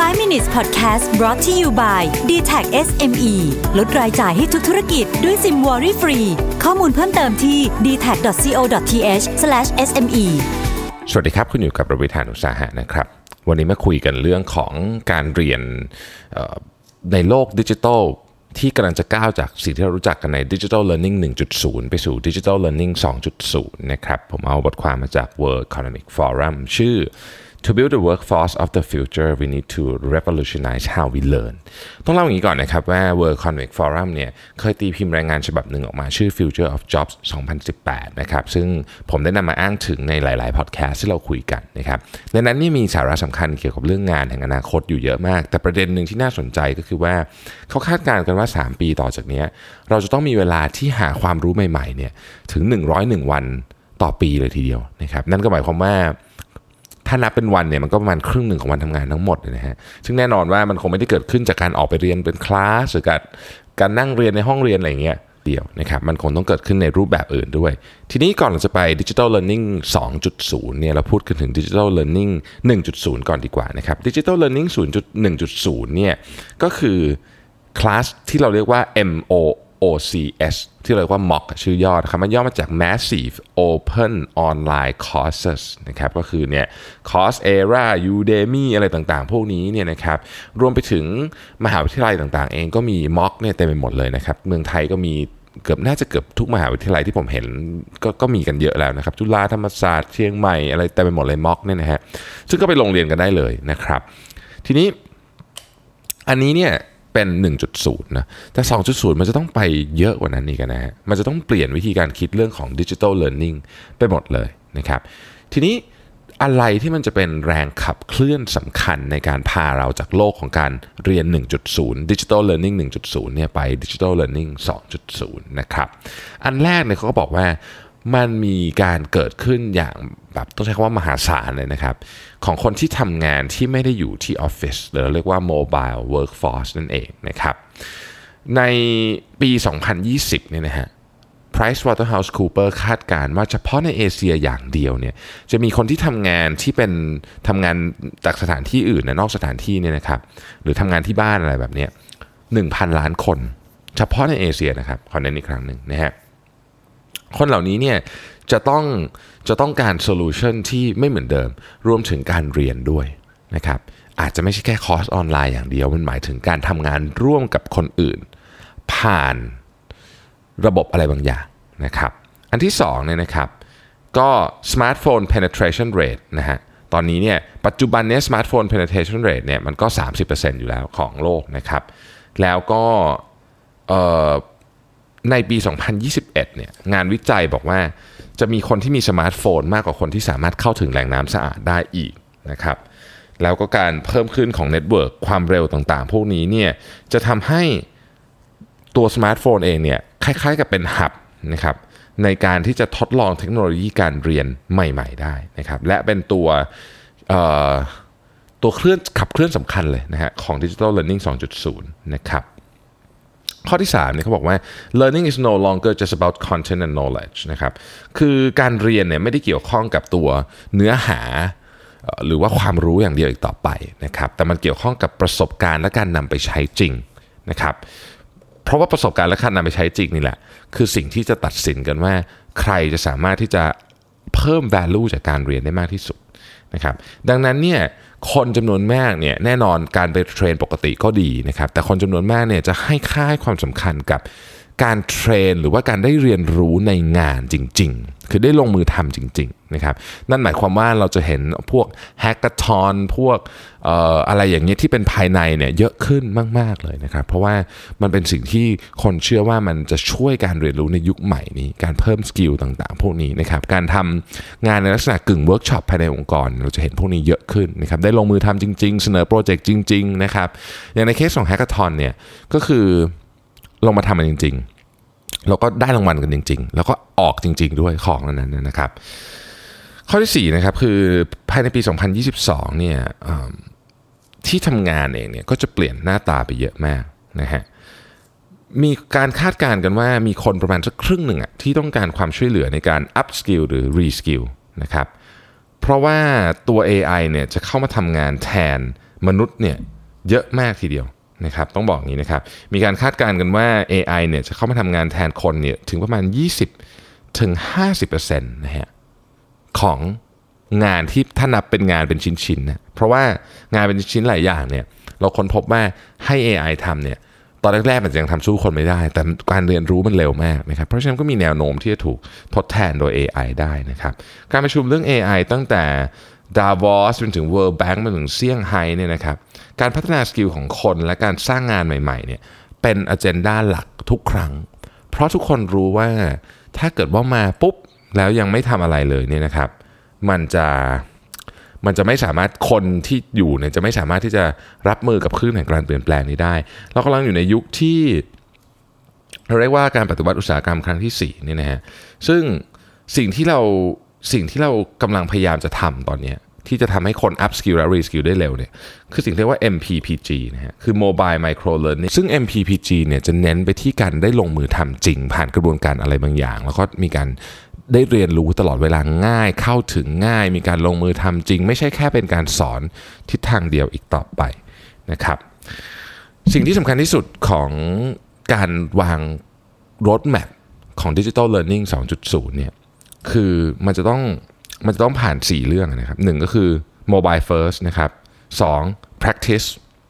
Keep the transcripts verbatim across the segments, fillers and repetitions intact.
ไฟว์ minutes podcast brought to you by ดี แท็ก เอส เอ็ม อี ลดรายจ่ายให้ทุกธุรกิจด้วยซิมวอรี่ฟรีข้อมูลเพิ่มเติมที่ ดี แท็ก ดอท ซี โอ ดอท ที เอช สแลช เอส เอ็ม อีสวัสดีครับคุณอยู่กับรวิธานอุตสาหะนะครับวันนี้มาคุยกันเรื่องของการเรียนในโลกดิจิทัลที่กำลังจะก้าวจากสิ่งที่เรารู้จักกันใน Digital Learning หนึ่งจุดศูนย์ ไปสู่ Digital Learning สองจุดศูนย์ นะครับผมเอาบทความมาจาก World Economic Forum ชื่อ To build the workforce of the future we need to revolutionize how we learn ต้องเล่าอย่างนี้ก่อนนะครับว่า World Economic Forum เนี่ยเคยตีพิมพ์รายงานฉบับหนึ่งออกมาชื่อ Future of Jobs สองพันสิบแปดนะครับซึ่งผมได้นำมาอ้างถึงในหลายๆ podcast ที่เราคุยกันนะครับในนั้นนี่มีสาระสำคัญเกี่ยวกับเรื่องงานแห่งอนาคตอยู่เยอะมากแต่ประเด็นหนึ่งที่น่าสนใจก็คือว่าเขาคาดการณ์กันว่าสามปีต่อจากนี้เราจะต้องมีเวลาที่หาความรู้ใหม่ๆเนี่ยถึงหนึ่งร้อยเอ็ดวันต่อปีเลยทีเดียวนะครับนั่นก็หมายความว่าถ้านับเป็นวันเนี่ยมันก็ประมาณครึ่งหนึ่งของวันทำงานทั้งหมดเลยนะฮะซึ่งแน่นอนว่ามันคงไม่ได้เกิดขึ้นจากการออกไปเรียนเป็นคลาสหรือการการนั่งเรียนในห้องเรียนอะไรอย่างเงี้ยเดียวนะครับมันคงต้องเกิดขึ้นในรูปแบบอื่นด้วยทีนี้ก่อนเราจะไป Digital Learning สองจุดศูนย์ เนี่ยเราพูดกันถึง Digital Learning หนึ่งจุดศูนย์ ก่อนดีกว่านะครับ Digital Learning หนึ่งจุดศูนย์ เนี่ยก็คือคลาสที่เราเรียกว่า เอ็ม โอ โอ ซี เอส ที่เรียกว่า เอ็ม โอ ซี ชื่อย่อนะครับมันย่อมาจาก Massive Open Online Courses นะครับก็คือเนี่ย Coursera Udemy อะไรต่างๆพวกนี้เนี่ยนะครับรวมไปถึงมหาวิทยาลัยต่างๆเองก็มี เอ็ม โอ ซี เนี่ยเต็มไปหมดเลยนะครับเมืองไทยก็มีเกือบน่าจะเกือบทุกมหาวิทยาลัยที่ผมเห็นก็ก็มีกันเยอะแล้วนะครับจุฬาธรรมศาสตร์เชียงใหม่อะไรเต็มไปหมดเลย เอ็ม โอ ซี เนี่ยนะฮะซึ่งก็ไปลงเรียนกันได้เลยนะครับทีนี้อันนี้เนี่ยเป็น หนึ่งจุดศูนย์ นะแต่ สองจุดศูนย์ มันจะต้องไปเยอะกว่านั้นอีกนะฮะมันจะต้องเปลี่ยนวิธีการคิดเรื่องของ Digital Learning ไปหมดเลยนะครับทีนี้อะไรที่มันจะเป็นแรงขับเคลื่อนสำคัญในการพาเราจากโลกของการเรียน หนึ่งจุดศูนย์ Digital Learning หนึ่งจุดศูนย์ เนี่ยไป Digital Learning สองจุดศูนย์ นะครับอันแรกเนี่ยเขาก็บอกว่ามันมีการเกิดขึ้นอย่างแบบต้องใช้คำว่ามหาศาลเลยนะครับของคนที่ทำงานที่ไม่ได้อยู่ที่ออฟฟิศหรือเรียกว่า mobile workforce นั่นเองนะครับในปี สองพันยี่สิบ เนี่ยนะฮะ PricewaterhouseCoopers คาดการณ์ว่าเฉพาะในเอเชียอย่างเดียวเนี่ยจะมีคนที่ทำงานที่เป็นทำงานจากสถานที่อื่นนะนอกสถานที่เนี่ยนะครับหรือทำงานที่บ้านอะไรแบบนี้ หนึ่งพัน ล้านคนเฉพาะในเอเชียนะครับขอเน้นอีกครั้งหนึ่งนะฮะคนเหล่านี้เนี่ยจะต้องจะต้องการโซลูชันที่ไม่เหมือนเดิมรวมถึงการเรียนด้วยนะครับอาจจะไม่ใช่แค่คอร์สออนไลน์อย่างเดียวมันหมายถึงการทำงานร่วมกับคนอื่นผ่านระบบอะไรบางอย่างนะครับอันที่สองเนี่ยนะครับก็ smartphone penetration rate นะฮะตอนนี้เนี่ยปัจจุบันเนี่ย smartphone penetration rate เนี่ยมันก็ สามสิบเปอร์เซ็นต์ อยู่แล้วของโลกนะครับแล้วก็เอ่อในปี สองพันยี่สิบเอ็ด เนี่ยงานวิจัยบอกว่าจะมีคนที่มีสมาร์ทโฟนมากกว่าคนที่สามารถเข้าถึงแหล่งน้ำสะอาดได้อีกนะครับแล้วก็การเพิ่มขึ้นของเน็ตเวิร์กความเร็วต่างๆพวกนี้เนี่ยจะทำให้ตัวสมาร์ทโฟนเองเนี่ยคล้ายๆกับเป็นหับนะครับในการที่จะทดลองเทคโนโลยีการเรียนใหม่ๆได้นะครับและเป็นตัวตัวเคลื่อนขับเคลื่อนสำคัญเลยนะฮะของ Digital Learning สองจุดศูนย์ นะครับข้อที่สามเนี่ยเขาบอกว่า learning is no longer just about content and knowledge นะครับคือการเรียนเนี่ยไม่ได้เกี่ยวข้องกับตัวเนื้อหาหรือว่าความรู้อย่างเดียวอีกต่อไปนะครับแต่มันเกี่ยวข้องกับประสบการณ์และการนำไปใช้จริงนะครับเพราะว่าประสบการณ์และการนำไปใช้จริงนี่แหละคือสิ่งที่จะตัดสินกันว่าใครจะสามารถที่จะเพิ่ม value จากการเรียนได้มากที่สุดนะครับดังนั้นเนี่ยคนจำนวนมากเนี่ยแน่นอนการไปเทรนปกติก็ดีนะครับแต่คนจำนวนมากเนี่ยจะให้ค่าให้ความสำคัญกับการเทรนหรือว่าการได้เรียนรู้ในงานจริงๆคือได้ลงมือทำจริงๆนะครับนั่นหมายความว่าเราจะเห็นพวกแฮกเกอร์ทอนพวกเอ่ออะไรอย่างเงี้ยที่เป็นภายในเนี่ยเยอะขึ้นมากๆเลยนะครับเพราะว่ามันเป็นสิ่งที่คนเชื่อว่ามันจะช่วยการเรียนรู้ในยุคใหม่นี้การเพิ่มสกิลต่างๆพวกนี้นะครับการทำงานในลักษณะกึ่งเวิร์กช็อปภายในองค์กรเราจะเห็นพวกนี้เยอะขึ้นนะครับได้ลงมือทำจริงๆเสนอโปรเจกต์จริงๆนะครับอย่างในเคสของแฮกเกอร์ทอนเนี่ยก็คือลงมาทำมันจริงๆเราก็ได้รางวัลกันจริงๆแล้วก็ออกจริงๆด้วยของนั้นนะครับข้อที่สี่นะครับคือภายในปี สองพันยี่สิบสอง เนี่ยที่ทำงานเองเนี่ยก็จะเปลี่ยนหน้าตาไปเยอะมากนะฮะมีการคาดการณ์กันว่ามีคนประมาณสักครึ่งหนึ่งอ่ะที่ต้องการความช่วยเหลือในการ up skill หรือ re skill นะครับเพราะว่าตัว เอ ไอ เนี่ยจะเข้ามาทำงานแทนมนุษย์เนี่ยเยอะมากทีเดียวนะครับต้องบอกอย่างนี้นะครับมีการคาดการณ์กันว่า เอ ไอ เนี่ยจะเข้ามาทำงานแทนคนเนี่ยถึงประมาณ ยี่สิบถึงห้าสิบเปอร์เซ็นต์ นะฮะของงานที่ถ้านับเป็นงานเป็นชิ้นๆนะเพราะว่างานเป็นชิ้นหลายอย่างเนี่ยเราค้นพบว่าให้ เอ ไอ ทำเนี่ยตอนแรกๆมันยังทำสู้คนไม่ได้แต่การเรียนรู้มันเร็วมากนะครับเพราะฉะนั้นก็มีแนวโน้มที่จะถูกทดแทนโดย เอ ไอ ได้นะครับการประชุมเรื่อง เอ ไอ ตั้งแต่ดาวอสจนถึง World Bank มาถึงเซี่ยงไฮ้เนี่ยนะครับการพัฒนาสกิลของคนและการสร้างงานใหม่ๆเนี่ยเป็นอเจนดาหลักทุกครั้งเพราะทุกคนรู้ว่าถ้าเกิดว่ามาปุ๊บแล้วยังไม่ทำอะไรเลยเนี่ยนะครับมันจะมันจะไม่สามารถคนที่อยู่เนี่ยจะไม่สามารถที่จะรับมือกับคลื่นแห่งการเปลี่ยนแปลงนี้ได้เรากำลังอยู่ในยุคที่เราเรียกว่าการปฏิวัติอุตสาหกรรมครั้งที่สี่นี่นะฮะซึ่งสิ่งที่เราสิ่งที่เรากำลังพยายามจะทำตอนนี้ที่จะทำให้คน up skill และ re skill ได้เร็วเนี่ยคือสิ่งที่เรียกว่า เอ็ม พี พี จี นะฮะคือ mobile micro learning ซึ่ง เอ็ม พี พี จี เนี่ยจะเน้นไปที่การได้ลงมือทำจริงผ่านกระบวนการอะไรบางอย่างแล้วก็มีการได้เรียนรู้ตลอดเวลาง่ายเข้าถึงง่ายมีการลงมือทำจริงไม่ใช่แค่เป็นการสอนทิศทางเดียวอีกต่อไปนะครับสิ่งที่สำคัญที่สุดของการวาง roadmap ของ Digital Learning สองจุดศูนย์ เนี่ยคือมันจะต้องมันจะต้องผ่านสี่เรื่องนะครับหนึ่งก็คือ mobile first นะครับสอง practice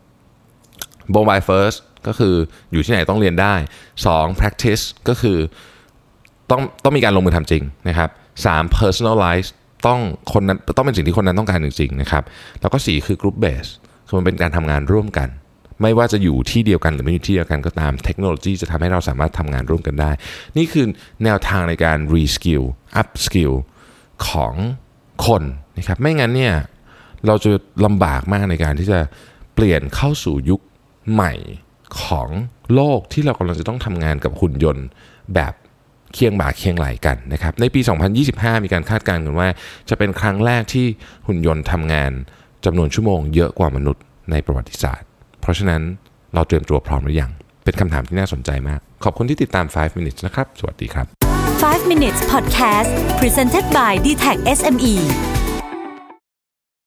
mobile first ก็คืออยู่ที่ไหนต้องเรียนได้สอง practice ก็คือต้องต้องมีการลงมือทำจริงนะครับสาม personalize ต้องคนนั้นต้องเป็นสิ่งที่คนนั้นต้องการจริงๆนะครับแล้วก็สี่คือ group base คือมันเป็นการทำงานร่วมกันไม่ว่าจะอยู่ที่เดียวกันหรือไม่อยู่ที่เดียวกันก็ตามเทคโนโลยีจะทำให้เราสามารถทำงานร่วมกันได้นี่คือแนวทางในการ reskill up skill ของคนนะครับไม่งั้นเนี่ยเราจะลำบากมากในการที่จะเปลี่ยนเข้าสู่ยุคใหม่ของโลกที่เรากำลังจะต้องทำงานกับหุ่นยนต์แบบเคียงบ่าเคียงไหล่กันนะครับในปี สองพันยี่สิบห้า มีการคาดการณ์กันว่าจะเป็นครั้งแรกที่หุ่นยนต์ทำงานจำนวนชั่วโมงเยอะกว่ามนุษย์ในประวัติศาสตร์เพราะฉะนั้นเราเตรียมตัวพร้อมหรือยังเป็นคำถามที่น่าสนใจมากขอบคุณที่ติดตามไฟว์ minutes นะครับสวัสดีครับไฟว์ minutes podcast presented by ดี ที เอ ซี เอส เอ็ม อี